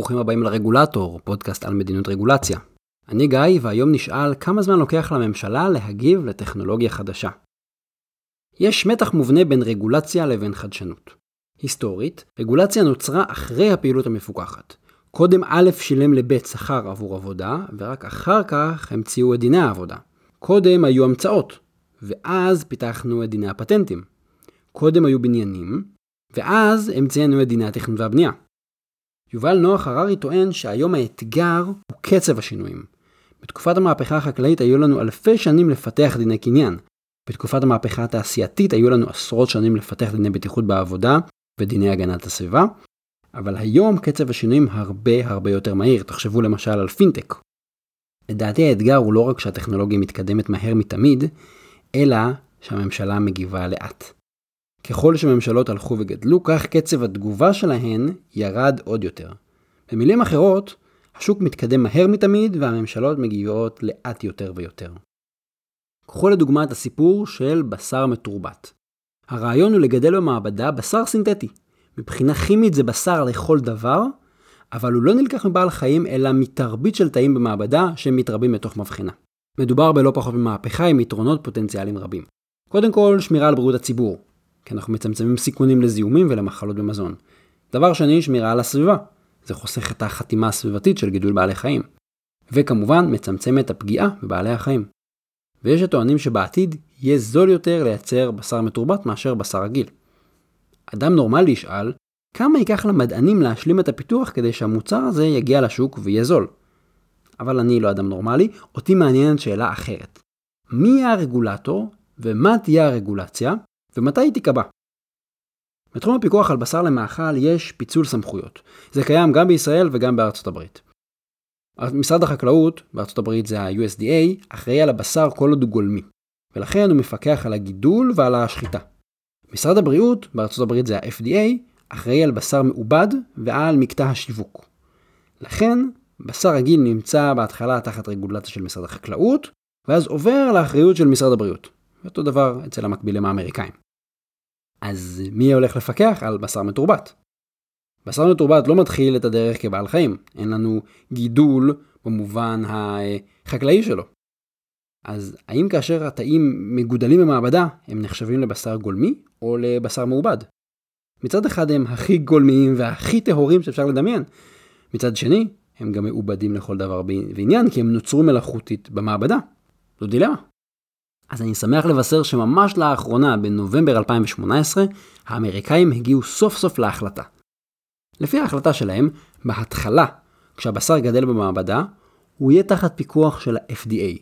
ברוכים הבאים לרגולטור, פודקאסט על מדיניות רגולציה. אני גיא, והיום נשאל כמה זמן לוקח לממשלה להגיב לטכנולוגיה חדשה. יש מתח מובנה בין רגולציה לבין חדשנות. היסטורית, רגולציה נוצרה אחרי הפעילות המפוקחת. קודם א' שילם לב' שכר עבור עבודה, ורק אחר כך המציאו את דיני העבודה. קודם היו המצאות, ואז פיתחנו את דיני הפטנטים. קודם היו בניינים, ואז המצאנו את דיני התכנון והבנייה. יובל נוח הררי טוען שהיום האתגר הוא קצב השינויים. בתקופת המהפכה החקלאית היו לנו אלפי שנים לפתח דיני קניין. בתקופת המהפכה התעשייתית היו לנו עשרות שנים לפתח דיני בטיחות בעבודה ודיני הגנת הסביבה. אבל היום קצב השינויים הרבה יותר מהיר. תחשבו למשל על פינטק. לדעתי האתגר הוא לא רק שהטכנולוגיה מתקדמת מהר מתמיד, אלא שהממשלה מגיבה לאט. ככל שממשלות הלכו וגדלו, כך קצב התגובה שלהן ירד עוד יותר. במילים אחרות, השוק מתקדם מהר מתמיד והממשלות מגיבות לאט יותר ויותר. קחו לדוגמה את הסיפור של בשר מתורבת. הרעיון הוא לגדל במעבדה בשר סינתטי. מבחינה כימית זה בשר לכל דבר, אבל הוא לא נלקח מבעל חיים אלא מתרבית של תאים במעבדה שמתרבים בתוך מבחנה. מדובר בלא פחות ממהפכה עם יתרונות פוטנציאליים רבים. קודם כל, שמירה על בריאות הציבור. כי אנחנו מצמצמים סיכונים לזיהומים ולמחלות במזון. דבר שני, שמירה על הסביבה. זה חוסך את החתימה הסביבתית של גידול בעלי חיים. וכמובן, מצמצם את הפגיעה בבעלי החיים. ויש הטוענים שבעתיד יהיה זול יותר לייצר בשר מתורבת מאשר בשר רגיל. אדם נורמלי ישאל, כמה ייקח למדענים להשלים את הפיתוח כדי שהמוצר הזה יגיע לשוק ויהיה זול? אבל אני לא אדם נורמלי, אותי מעניינת שאלה אחרת. מי יהיה הרגולטור ומה תהיה הרגולציה? ומתי היא תיקבע? בתחום הפיקוח על בשר למאכל יש פיצול סמכויות. זה קיים גם בישראל וגם בארצות הברית. משרד החקלאות, בארצות הברית זה ה-USDA, אחראי על הבשר כל עוד הוא גולמי. ולכן הוא מפקח על הגידול ועל השחיטה. משרד הבריאות, בארצות הברית זה ה-FDA, אחראי על בשר מעובד ועל מקטע השיווק. לכן, בשר רגיל נמצא בהתחלה תחת רגולציה של משרד החקלאות, ואז עובר לאחריות של משרד הבריאות. אותו דבר אצל המקבילים האמריקאים. אז מי הולך לפקח על בשר מתורבת? בשר מתורבת לא מתחיל את הדרך כבעל חיים. אין לנו גידול במובן החקלאי שלו. אז האם כאשר התאים מגודלים במעבדה, הם נחשבים לבשר גולמי או לבשר מעובד? מצד אחד הם הכי גולמיים והכי טהורים שאפשר לדמיין. מצד שני, הם גם מעובדים לכל דבר בעניין, כי הם נוצרו מלאכותית במעבדה. זו דילמה. אז אני שמח לבשר שממש לאחרונה, בנובמבר 2018, האמריקאים הגיעו סוף סוף להחלטה. לפי ההחלטה שלהם, בהתחלה, כשהבשר גדל במעבדה, הוא יהיה תחת פיקוח של ה-FDA.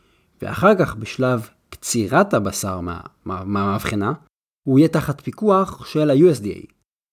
ואחר כך, בשלב קצירת הבשר מהמבחנה, הוא יהיה תחת פיקוח של ה-USDA.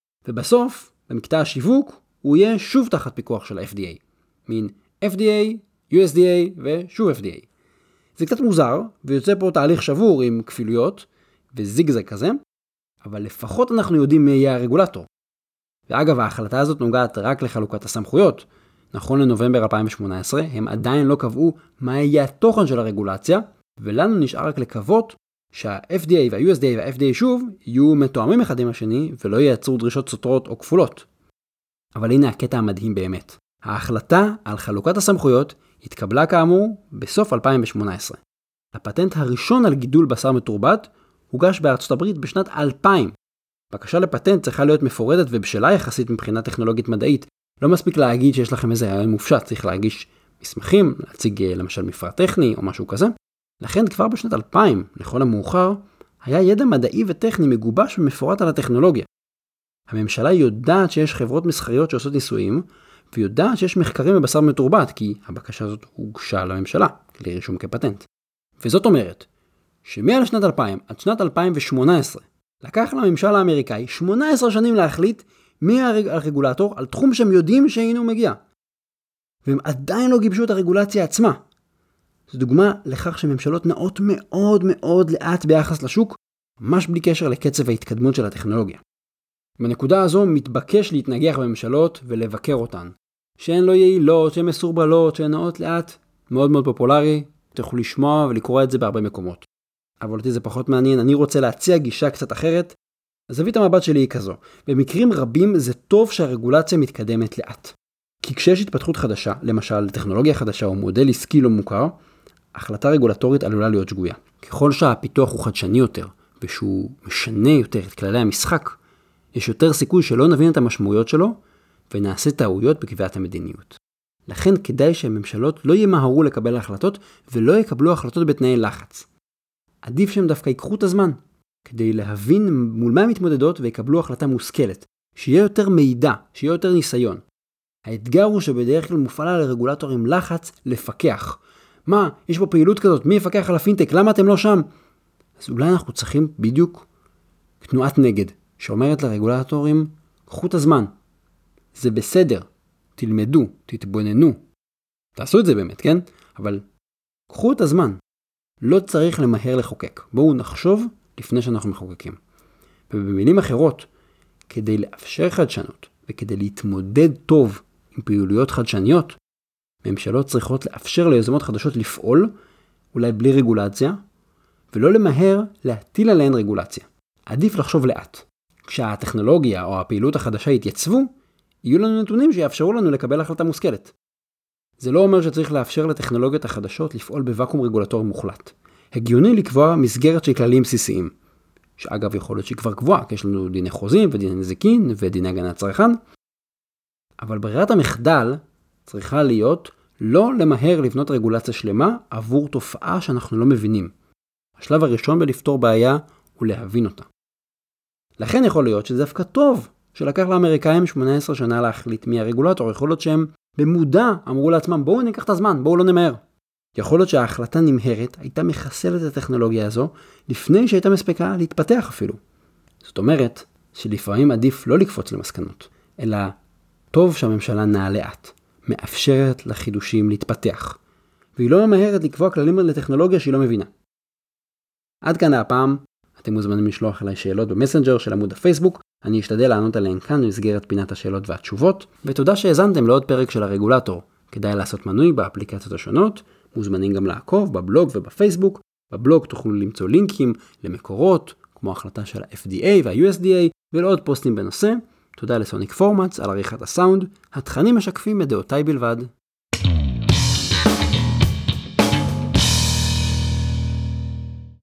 ובסוף, במקטע השיווק, הוא יהיה שוב תחת פיקוח של ה-FDA. מין FDA, USDA ושוב FDA. זה קצת מוזר, ויוצא פה תהליך שבור עם כפילויות וזיגזג כזה, אבל לפחות אנחנו יודעים מי יהיה הרגולטור. ואגב, ההחלטה הזאת נוגעת רק לחלוקת הסמכויות. נכון לנובמבר 2018, הם עדיין לא קבעו מה יהיה התוכן של הרגולציה, ולנו נשאר רק לקוות שה-FDA וה-USDA וה-FDA שוב יהיו מתואמים אחד עם השני, ולא ייצרו דרישות סותרות או כפולות. אבל הנה הקטע המדהים באמת. ההחלטה על חלוקת הסמכויות התקבלה כאמור בסוף 2018. הפטנט הראשון על גידול בשר מתורבת הוגש בארצות הברית בשנת 2000. בקשה לפטנט צריכה להיות מפורטת ובשלה יחסית מבחינה טכנולוגית מדעית. לא מספיק להגיד שיש לכם איזה רעיון מופשט, צריך להגיש מסמכים, להציג למשל מפרט טכני או משהו כזה. לכן כבר בשנת 2000, לכל המאוחר, היה ידע מדעי וטכני מגובש ומפורט על הטכנולוגיה. הממשלה יודעת שיש חברות מסחריות שעושות ניסויים, ויודעת שיש מחקרים בבשר מתורבת, כי הבקשה הזאת הוגשה לממשלה, לרישום כפטנט. וזאת אומרת, שמעל שנת 2000 עד שנת 2018, לקח לממשל האמריקאי 18 שנים להחליט מי הרגולטור על תחום שהם יודעים שהנה הוא מגיע. והם עדיין לא גיבשו את הרגולציה עצמה. זו דוגמה לכך שממשלות נעות מאוד לאט ביחס לשוק, ממש בלי קשר לקצב ההתקדמות של הטכנולוגיה. בנקודה הזו מתבקש להתנגח בממשלות ולבקר אותן. שהן לא יעילות, שהן מסורבלות, שהן נעות לאט, מאוד פופולרי, תוכלו לשמוע ולקרוא את זה בהרבה מקומות. אבל אותי זה פחות מעניין, אני רוצה להציע גישה קצת אחרת. זווית המבט שלי היא כזו, במקרים רבים זה טוב שהרגולציה מתקדמת לאט. כי כשיש התפתחות חדשה, למשל טכנולוגיה חדשה או מודל עסקי לא מוכר, החלטה רגולטורית עלולה להיות שגויה. ככל שהפיתוח הוא חדשני יותר, ושהוא משנה יותר את כללי המשחק, יש יותר סיכוי שלא נבין את המשמעויות שלו, ונעשה טעויות בקביעת המדיניות. לכן כדאי שהממשלות לא ימהרו לקבל החלטות, ולא יקבלו החלטות בתנאי לחץ. עדיף שהם דווקא ייקחו את הזמן, כדי להבין מול מה הם מתמודדות ויקבלו החלטה מושכלת, שיהיה יותר מידע, שיהיה יותר ניסיון. האתגר הוא שבדרך כלל מופעל על הרגולטורים לחץ לפקח. מה, יש פה פעילות כזאת, מי יפקח על הפינטק, למה אתם לא שם? אז אולי אנחנו צריכים בדיוק תנועת נגד, שאומרת לרגולטורים, קחו את הזמן. זה בסדר, תלמדו, תתבוננו. תעשו את זה באמת, כן? אבל קחו את הזמן. לא צריך למהר לחוקק. בואו נחשוב לפני שאנחנו מחוקקים. ובמילים אחרות, כדי לאפשר חדשנות וכדי להתמודד טוב עם פעילויות חדשניות, ממשלות צריכות לאפשר ליוזמות חדשות לפעול, אולי בלי רגולציה, ולא למהר להטיל עליהן רגולציה. עדיף לחשוב לאט. כשהטכנולוגיה או הפעילות החדשה יתייצבו, יהיו לנו נתונים שיאפשרו לנו לקבל החלטה מושכלת. זה לא אומר שצריך לאפשר לטכנולוגיות החדשות לפעול בוואקום רגולטורי מוחלט. הגיוני לקבוע מסגרת של כללים בסיסיים, שאגב יכול להיות שהיא כבר קבועה, כי יש לנו דיני חוזים ודיני נזיקין ודיני הגנת צרכן, אבל ברירת המחדל צריכה להיות לא למהר לבנות רגולציה שלמה עבור תופעה שאנחנו לא מבינים. השלב הראשון בלפתור בעיה הוא להבין אותה. לכן יכול להיות שזה דווקא טוב שלקח לאמריקאים 18 שנה להחליט מי הרגולטור. יכול להיות שהם במודע אמרו לעצמם בואו ניקח את הזמן, בואו לא נמהר. יכול להיות שההחלטה נמהרת הייתה מחסלת את הטכנולוגיה הזו לפני שהייתה מספיקה להתפתח אפילו. זאת אומרת שלפעמים עדיף לא לקפוץ למסקנות, אלא טוב שהממשלה נעה לאט, מאפשרת לחידושים להתפתח, והיא לא ממהרת לקבוע כללים לטכנולוגיה שהיא לא מבינה. עד כאן הפעם, אתם מוזמנים לשלוח אליי שאלות במסנג'ר של עמוד הפייסבוק, אני אשתדל לענות עליהן כאן במסגרת פינת השאלות והתשובות, ותודה שהאזנתם לעוד פרק של הרגולטור. כדאי לעשות מנוי באפליקציות השונות, מוזמנים גם לעקוב בבלוג ובפייסבוק. בבלוג תוכלו למצוא לינקים למקורות, כמו החלטה של ה-FDA וה-USDA, ולעוד פוסטים בנושא. תודה לסוניק פורמטס על עריכת הסאונד, התכנים משקפים את דעותיי בלבד.